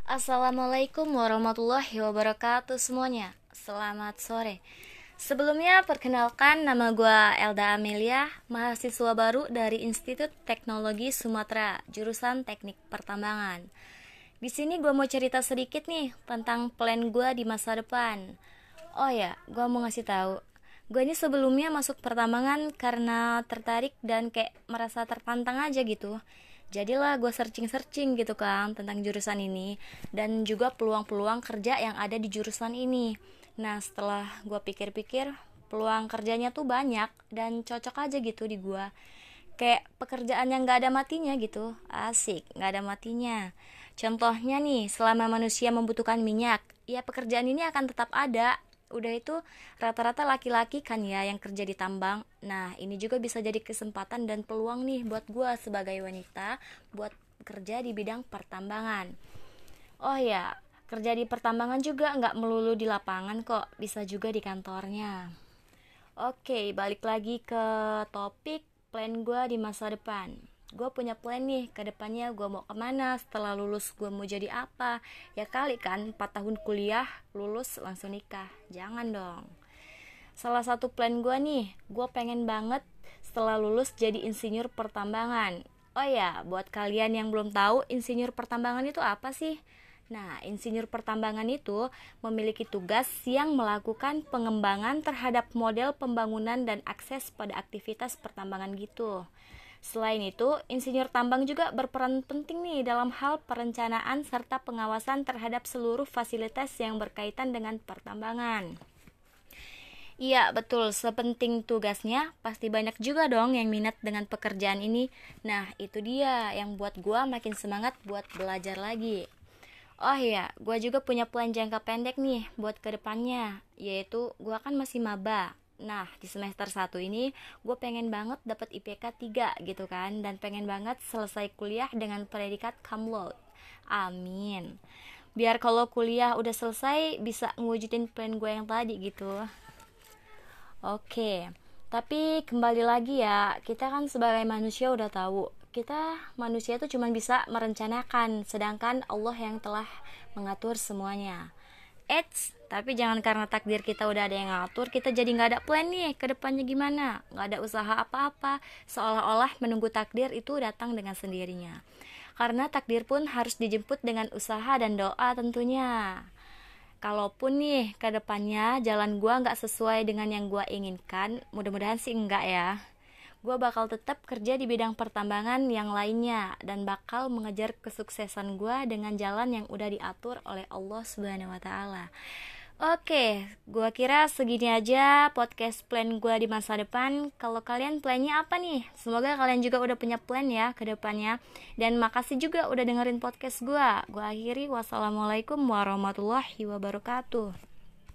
Assalamualaikum warahmatullahi wabarakatuh semuanya. Selamat sore. Sebelumnya perkenalkan, nama gue Elda Amelia, mahasiswa baru dari Institut Teknologi Sumatera, jurusan Teknik Pertambangan. Di sini gue mau cerita sedikit nih tentang plan gue di masa depan. Oh ya, gue mau ngasih tahu. Gue ini sebelumnya masuk pertambangan karena tertarik dan kayak merasa tertantang aja gitu. Jadilah gue searching-searching gitu kan tentang jurusan ini dan juga peluang-peluang kerja yang ada di jurusan ini. Nah, setelah gue pikir-pikir, peluang kerjanya tuh banyak dan cocok aja gitu di gue. Kayak pekerjaan yang gak ada matinya gitu. Asik, gak ada matinya. Contohnya nih, selama manusia membutuhkan minyak, ya pekerjaan ini akan tetap ada. Udah itu rata-rata laki-laki kan ya yang kerja di tambang. Nah, ini juga bisa jadi kesempatan dan peluang nih buat gue sebagai wanita buat kerja di bidang pertambangan. Oh ya, kerja di pertambangan juga nggak melulu di lapangan kok, bisa juga di kantornya. Oke, balik lagi ke topik plan gue di masa depan. Gue punya plan nih, ke depannya gue mau kemana, setelah lulus gue mau jadi apa. Ya kali kan, 4 tahun kuliah, lulus langsung nikah. Jangan dong. Salah satu plan gue nih, gue pengen banget setelah lulus jadi insinyur pertambangan. Oh ya, buat kalian yang belum tahu, insinyur pertambangan itu apa sih? Nah, insinyur pertambangan itu memiliki tugas yang melakukan pengembangan terhadap model pembangunan dan akses pada aktivitas pertambangan gitu. Selain itu, insinyur tambang juga berperan penting nih dalam hal perencanaan serta pengawasan terhadap seluruh fasilitas yang berkaitan dengan pertambangan. Iya, betul. Sepenting tugasnya, pasti banyak juga dong yang minat dengan pekerjaan ini. Nah, itu dia yang buat gua makin semangat buat belajar lagi. Oh iya, gua juga punya plan jangka pendek nih buat kedepannya, yaitu gua kan masih maba. Nah, di semester 1 ini gue pengen banget dapat IPK 3 gitu kan, dan pengen banget selesai kuliah dengan predikat cum laude. Amin. Biar kalau kuliah udah selesai bisa ngewujudin plan gue yang tadi gitu. Oke, tapi kembali lagi ya, kita kan sebagai manusia udah tahu, kita manusia itu cuma bisa merencanakan, sedangkan Allah yang telah mengatur semuanya. Tapi jangan karena takdir kita udah ada yang ngatur, kita jadi nggak ada plan nih ke depannya gimana, nggak ada usaha apa-apa, seolah-olah menunggu takdir itu datang dengan sendirinya. Karena takdir pun harus dijemput dengan usaha dan doa tentunya. Kalaupun nih ke depannya jalan gua nggak sesuai dengan yang gua inginkan, mudah-mudahan sih enggak ya. Gua bakal tetap kerja di bidang pertambangan yang lainnya dan bakal mengejar kesuksesan gua dengan jalan yang udah diatur oleh Allah Subhanahu wa taala. Oke, gua kira segini aja podcast plan gua di masa depan. Kalau kalian plannya apa nih? Semoga kalian juga udah punya plan ya ke depannya. Dan makasih juga udah dengerin podcast gua. Gua akhiri, wassalamualaikum warahmatullahi wabarakatuh.